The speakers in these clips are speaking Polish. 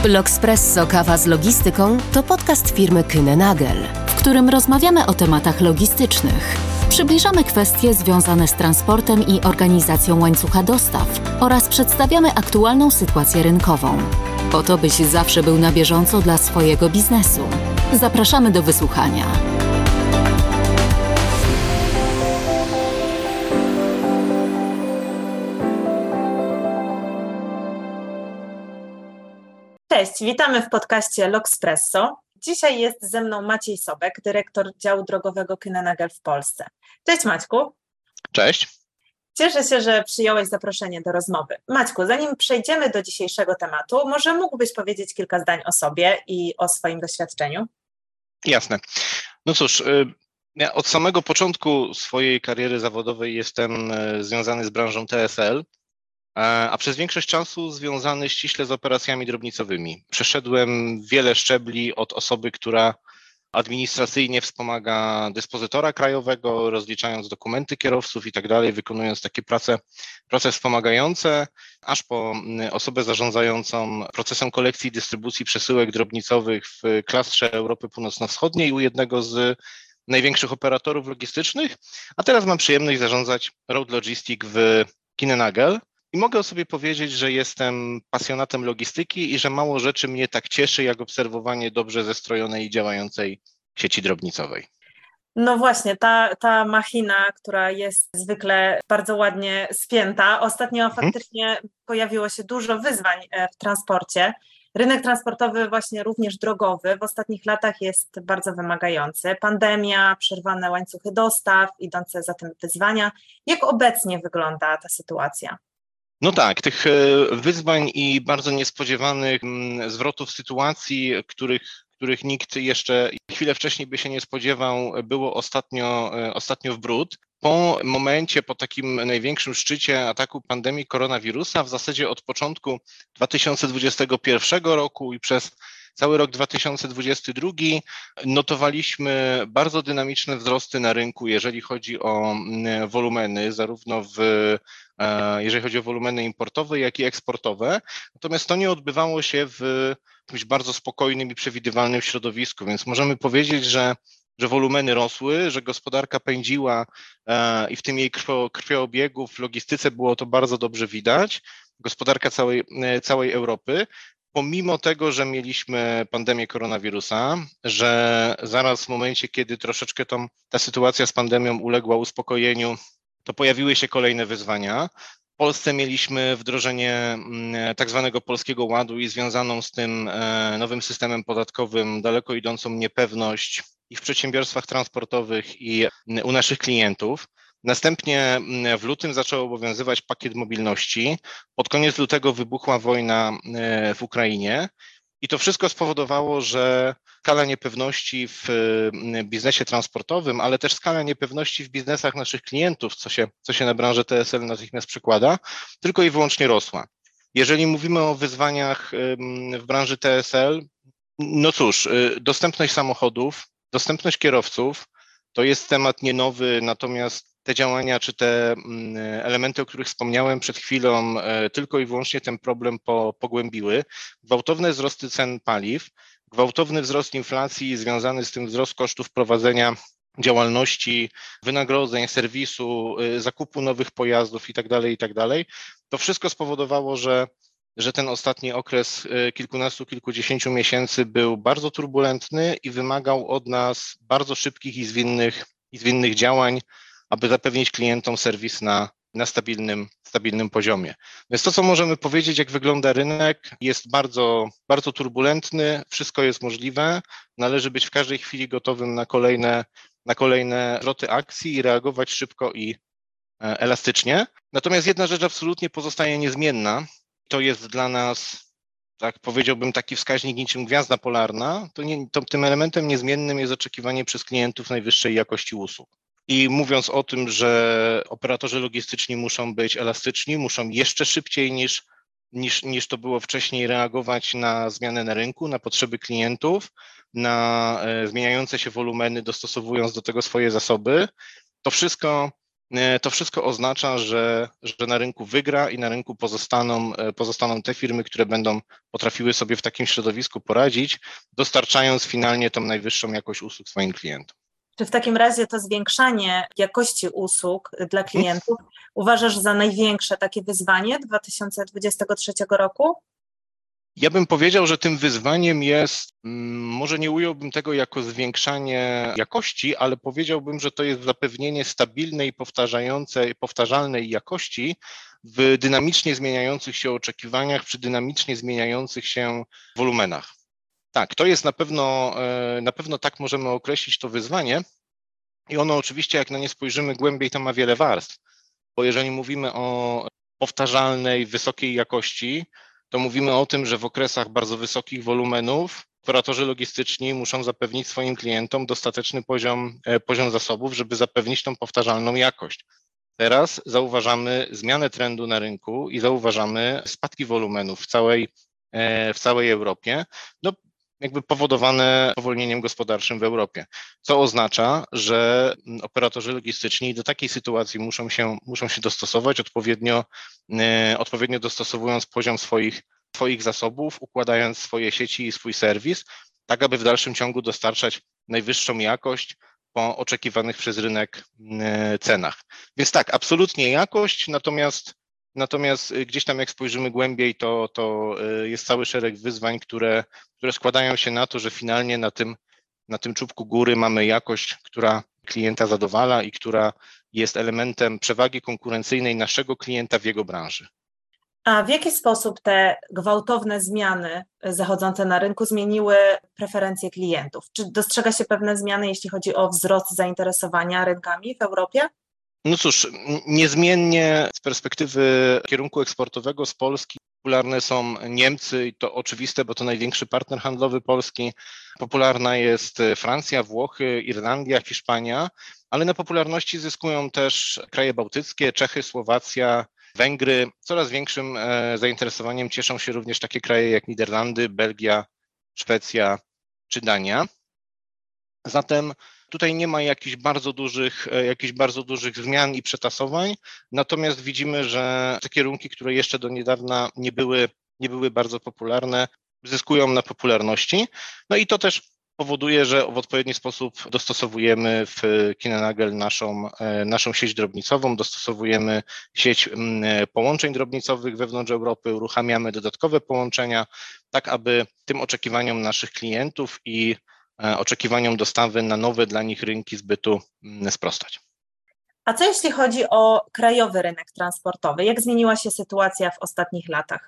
L'Oxpresso Kawa z Logistyką to podcast firmy Kühne+Nagel, w którym rozmawiamy o tematach logistycznych. Przybliżamy kwestie związane z transportem i organizacją łańcucha dostaw oraz przedstawiamy aktualną sytuację rynkową. Po to, byś zawsze był na bieżąco dla swojego biznesu. Zapraszamy do wysłuchania. Cześć, witamy w podcaście L'Oxpresso. Dzisiaj jest ze mną Maciej Sobek, dyrektor działu drogowego Kühne+Nagel w Polsce. Cześć Maćku. Cześć. Cieszę się, że przyjąłeś zaproszenie do rozmowy. Maćku, zanim przejdziemy do dzisiejszego tematu, może mógłbyś powiedzieć kilka zdań o sobie i o swoim doświadczeniu? Jasne. No cóż, ja od samego początku swojej kariery zawodowej jestem związany z branżą TSL, a przez większość czasu związany ściśle z operacjami drobnicowymi. Przeszedłem wiele szczebli od osoby, która administracyjnie wspomaga dyspozytora krajowego, rozliczając dokumenty kierowców i tak dalej, wykonując takie prace wspomagające, aż po osobę zarządzającą procesem kolekcji i dystrybucji przesyłek drobnicowych w klastrze Europy Północno-Wschodniej u jednego z największych operatorów logistycznych, a teraz mam przyjemność zarządzać Road Logistic w Kühne+Nagel. I mogę o sobie powiedzieć, że jestem pasjonatem logistyki i że mało rzeczy mnie tak cieszy, jak obserwowanie dobrze zestrojonej i działającej sieci drobnicowej. No właśnie, ta machina, która jest zwykle bardzo ładnie spięta, ostatnio faktycznie pojawiło się dużo wyzwań w transporcie. Rynek transportowy, właśnie również drogowy, w ostatnich latach jest bardzo wymagający. Pandemia, przerwane łańcuchy dostaw, idące za tym wyzwania. Jak obecnie wygląda ta sytuacja? No tak, tych wyzwań i bardzo niespodziewanych zwrotów sytuacji, których nikt jeszcze chwilę wcześniej by się nie spodziewał, było ostatnio w bród. Po takim największym szczycie ataku pandemii koronawirusa, w zasadzie od początku 2021 roku i przez cały rok 2022 notowaliśmy bardzo dynamiczne wzrosty na rynku, jeżeli chodzi o wolumeny, jeżeli chodzi o wolumeny importowe, jak i eksportowe. Natomiast to nie odbywało się w jakimś bardzo spokojnym i przewidywalnym środowisku, więc możemy powiedzieć, że wolumeny rosły, że gospodarka pędziła i w tym jej krwiobiegu w logistyce było to bardzo dobrze widać, gospodarka całej Europy. Pomimo tego, że mieliśmy pandemię koronawirusa, że zaraz w momencie, kiedy troszeczkę ta sytuacja z pandemią uległa uspokojeniu, to pojawiły się kolejne wyzwania. W Polsce mieliśmy wdrożenie tak zwanego Polskiego Ładu i związaną z tym nowym systemem podatkowym daleko idącą niepewność i w przedsiębiorstwach transportowych i u naszych klientów. Następnie w lutym zaczął obowiązywać pakiet mobilności. Pod koniec lutego wybuchła wojna w Ukrainie i to wszystko spowodowało, że skala niepewności w biznesie transportowym, ale też skala niepewności w biznesach naszych klientów, co się na branżę TSL natychmiast przekłada, tylko i wyłącznie rosła. Jeżeli mówimy o wyzwaniach w branży TSL, no cóż, dostępność samochodów, dostępność kierowców to jest temat nie nowy, natomiast te działania czy te elementy, o których wspomniałem przed chwilą, tylko i wyłącznie ten problem pogłębiły. Gwałtowne wzrosty cen paliw, gwałtowny wzrost inflacji związany z tym wzrost kosztów prowadzenia działalności, wynagrodzeń, serwisu, zakupu nowych pojazdów itd. To wszystko spowodowało, że ten ostatni okres kilkunastu, kilkudziesięciu miesięcy był bardzo turbulentny i wymagał od nas bardzo szybkich i zwinnych działań, aby zapewnić klientom serwis na stabilnym poziomie. Więc to, co możemy powiedzieć, jak wygląda rynek, jest bardzo, bardzo turbulentny, wszystko jest możliwe, należy być w każdej chwili gotowym na kolejne zwroty akcji i reagować szybko i elastycznie. Natomiast jedna rzecz absolutnie pozostaje niezmienna, to jest dla nas, tak powiedziałbym, taki wskaźnik niczym gwiazda polarna, tym elementem niezmiennym jest oczekiwanie przez klientów najwyższej jakości usług. I mówiąc o tym, że operatorzy logistyczni muszą być elastyczni, muszą jeszcze szybciej niż to było wcześniej reagować na zmiany na rynku, na potrzeby klientów, na zmieniające się wolumeny, dostosowując do tego swoje zasoby, to wszystko to wszystko oznacza, że na rynku wygra i na rynku pozostaną te firmy, które będą potrafiły sobie w takim środowisku poradzić, dostarczając finalnie tą najwyższą jakość usług swoim klientom. Czy w takim razie to zwiększanie jakości usług dla klientów uważasz za największe takie wyzwanie 2023 roku? Ja bym powiedział, że tym wyzwaniem jest, może nie ująłbym tego jako zwiększanie jakości, ale powiedziałbym, że to jest zapewnienie stabilnej, powtarzalnej jakości w dynamicznie zmieniających się oczekiwaniach, przy dynamicznie zmieniających się wolumenach. Tak, to jest na pewno tak możemy określić to wyzwanie i ono oczywiście, jak na nie spojrzymy głębiej, to ma wiele warstw, bo jeżeli mówimy o powtarzalnej, wysokiej jakości, to mówimy o tym, że w okresach bardzo wysokich wolumenów operatorzy logistyczni muszą zapewnić swoim klientom dostateczny poziom zasobów, żeby zapewnić tą powtarzalną jakość. Teraz zauważamy zmianę trendu na rynku i zauważamy spadki wolumenów w całej Europie, no jakby powodowane powolnieniem gospodarczym w Europie, co oznacza, że operatorzy logistyczni do takiej sytuacji muszą się dostosować, odpowiednio dostosowując poziom swoich zasobów, układając swoje sieci i swój serwis, tak aby w dalszym ciągu dostarczać najwyższą jakość po oczekiwanych przez rynek cenach. Więc tak, absolutnie jakość, natomiast gdzieś tam jak spojrzymy głębiej, to jest cały szereg wyzwań, które składają się na to, że finalnie na tym czubku góry mamy jakość, która klienta zadowala i która jest elementem przewagi konkurencyjnej naszego klienta w jego branży. A w jaki sposób te gwałtowne zmiany zachodzące na rynku zmieniły preferencje klientów? Czy dostrzega się pewne zmiany, jeśli chodzi o wzrost zainteresowania rynkami w Europie? No cóż, niezmiennie z perspektywy kierunku eksportowego z Polski popularne są Niemcy i to oczywiste, bo to największy partner handlowy Polski. Popularna jest Francja, Włochy, Irlandia, Hiszpania, ale na popularności zyskują też kraje bałtyckie, Czechy, Słowacja, Węgry. Coraz większym zainteresowaniem cieszą się również takie kraje jak Niderlandy, Belgia, Szwecja czy Dania. Zatem tutaj nie ma jakichś bardzo dużych zmian i przetasowań, natomiast widzimy, że te kierunki, które jeszcze do niedawna nie były bardzo popularne, zyskują na popularności. No i to też powoduje, że w odpowiedni sposób dostosowujemy w Kühne+Nagel naszą sieć drobnicową, dostosowujemy sieć połączeń drobnicowych wewnątrz Europy, uruchamiamy dodatkowe połączenia, tak aby tym oczekiwaniom naszych klientów i oczekiwaniom dostawy na nowe dla nich rynki zbytu sprostać. A co jeśli chodzi o krajowy rynek transportowy? Jak zmieniła się sytuacja w ostatnich latach?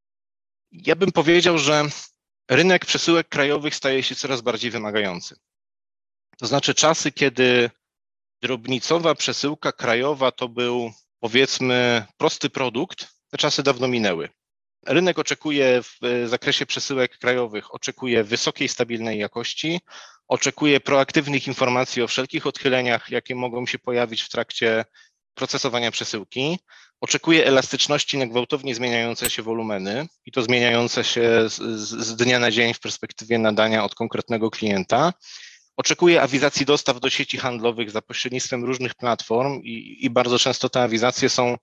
Ja bym powiedział, że rynek przesyłek krajowych staje się coraz bardziej wymagający. To znaczy czasy, kiedy drobnicowa przesyłka krajowa to był, powiedzmy, prosty produkt, te czasy dawno minęły. Rynek oczekuje w zakresie przesyłek krajowych, oczekuje wysokiej, stabilnej jakości, oczekuje proaktywnych informacji o wszelkich odchyleniach, jakie mogą się pojawić w trakcie procesowania przesyłki, oczekuje elastyczności na gwałtownie zmieniające się wolumeny i to zmieniające się z dnia na dzień w perspektywie nadania od konkretnego klienta, oczekuje awizacji dostaw do sieci handlowych za pośrednictwem różnych platform i bardzo często te awizacje są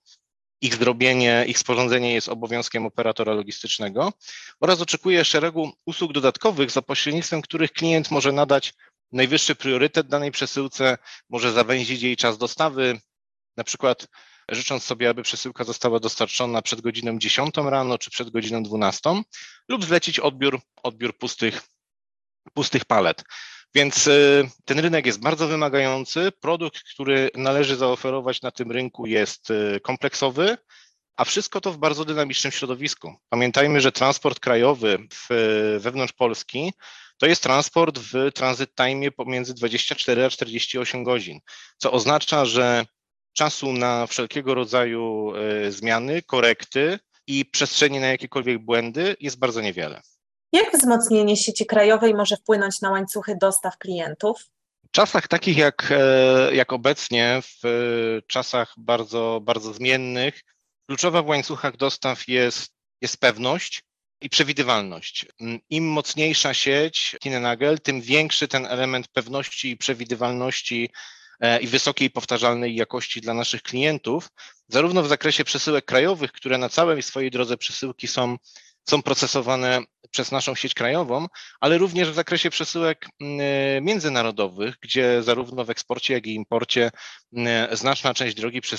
ich sporządzenie jest obowiązkiem operatora logistycznego oraz oczekuje szeregu usług dodatkowych, za pośrednictwem których klient może nadać najwyższy priorytet danej przesyłce, może zawęzić jej czas dostawy, na przykład życząc sobie, aby przesyłka została dostarczona przed godziną 10 rano czy przed godziną 12 lub zlecić odbiór pustych palet. Więc ten rynek jest bardzo wymagający. Produkt, który należy zaoferować na tym rynku jest kompleksowy, a wszystko to w bardzo dynamicznym środowisku. Pamiętajmy, że transport krajowy wewnątrz Polski to jest transport w transit time pomiędzy 24 a 48 godzin, co oznacza, że czasu na wszelkiego rodzaju zmiany, korekty i przestrzeni na jakiekolwiek błędy jest bardzo niewiele. Jak wzmocnienie sieci krajowej może wpłynąć na łańcuchy dostaw klientów? W czasach takich jak obecnie, w czasach bardzo, bardzo zmiennych, kluczowa w łańcuchach dostaw jest pewność i przewidywalność. Im mocniejsza sieć Kühne+Nagel, tym większy ten element pewności i przewidywalności i wysokiej powtarzalnej jakości dla naszych klientów, zarówno w zakresie przesyłek krajowych, które na całej swojej drodze przesyłki są procesowane przez naszą sieć krajową, ale również w zakresie przesyłek międzynarodowych, gdzie zarówno w eksporcie, jak i imporcie za znaczną część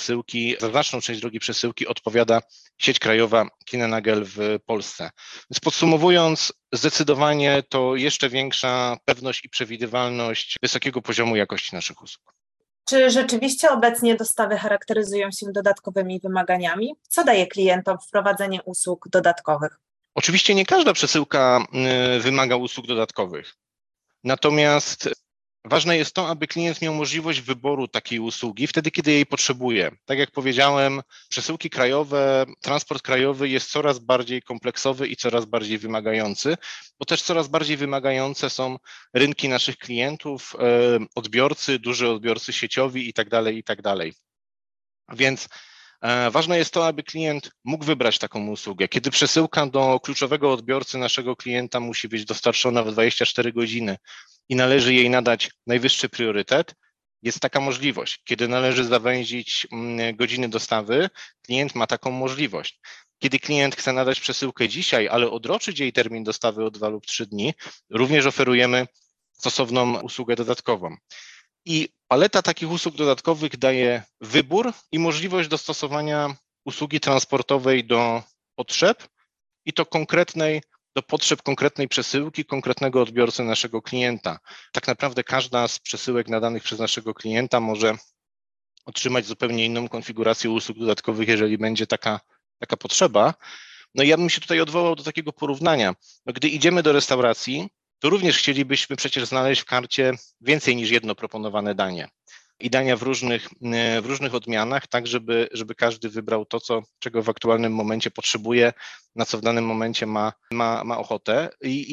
drogi przesyłki odpowiada sieć krajowa Kühne+Nagel w Polsce. Więc podsumowując, zdecydowanie to jeszcze większa pewność i przewidywalność wysokiego poziomu jakości naszych usług. Czy rzeczywiście obecnie dostawy charakteryzują się dodatkowymi wymaganiami? Co daje klientom wprowadzenie usług dodatkowych? Oczywiście nie każda przesyłka wymaga usług dodatkowych, natomiast ważne jest to, aby klient miał możliwość wyboru takiej usługi wtedy, kiedy jej potrzebuje. Tak jak powiedziałem, przesyłki krajowe, transport krajowy jest coraz bardziej kompleksowy i coraz bardziej wymagający, bo też coraz bardziej wymagające są rynki naszych klientów, odbiorcy, duży odbiorcy sieciowi itd. Więc ważne jest to, aby klient mógł wybrać taką usługę. Kiedy przesyłka do kluczowego odbiorcy naszego klienta musi być dostarczona w 24 godziny i należy jej nadać najwyższy priorytet, jest taka możliwość. Kiedy należy zawęzić godziny dostawy, klient ma taką możliwość. Kiedy klient chce nadać przesyłkę dzisiaj, ale odroczyć jej termin dostawy o 2 lub 3 dni, również oferujemy stosowną usługę dodatkową. I paleta takich usług dodatkowych daje wybór i możliwość dostosowania usługi transportowej do potrzeb i to do potrzeb konkretnej przesyłki, konkretnego odbiorcy naszego klienta. Tak naprawdę każda z przesyłek nadanych przez naszego klienta może otrzymać zupełnie inną konfigurację usług dodatkowych, jeżeli będzie taka potrzeba. No i ja bym się tutaj odwołał do takiego porównania. No, gdy idziemy do restauracji, to również chcielibyśmy przecież znaleźć w karcie więcej niż jedno proponowane danie. I dania w różnych odmianach, tak żeby każdy wybrał to, czego w aktualnym momencie potrzebuje, na co w danym momencie ma ochotę.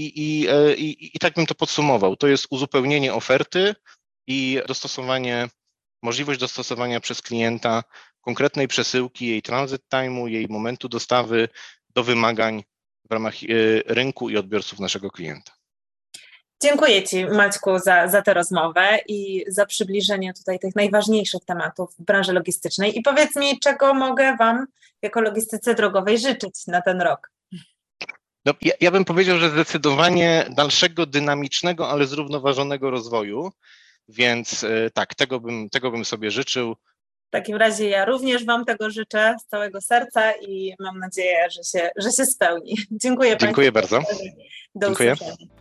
I tak bym to podsumował. To jest uzupełnienie oferty i możliwość dostosowania przez klienta konkretnej przesyłki, jej transit time'u, jej momentu dostawy do wymagań w ramach rynku i odbiorców naszego klienta. Dziękuję Ci, Maćku, za tę rozmowę i za przybliżenie tutaj tych najważniejszych tematów w branży logistycznej. I powiedz mi, czego mogę Wam jako logistyce drogowej życzyć na ten rok? No, ja bym powiedział, że zdecydowanie dalszego, dynamicznego, ale zrównoważonego rozwoju, więc tak, tego bym sobie życzył. W takim razie ja również Wam tego życzę z całego serca i mam nadzieję, że się spełni. Dziękuję Dziękuję bardzo. Do Dziękuję. usłyszenia.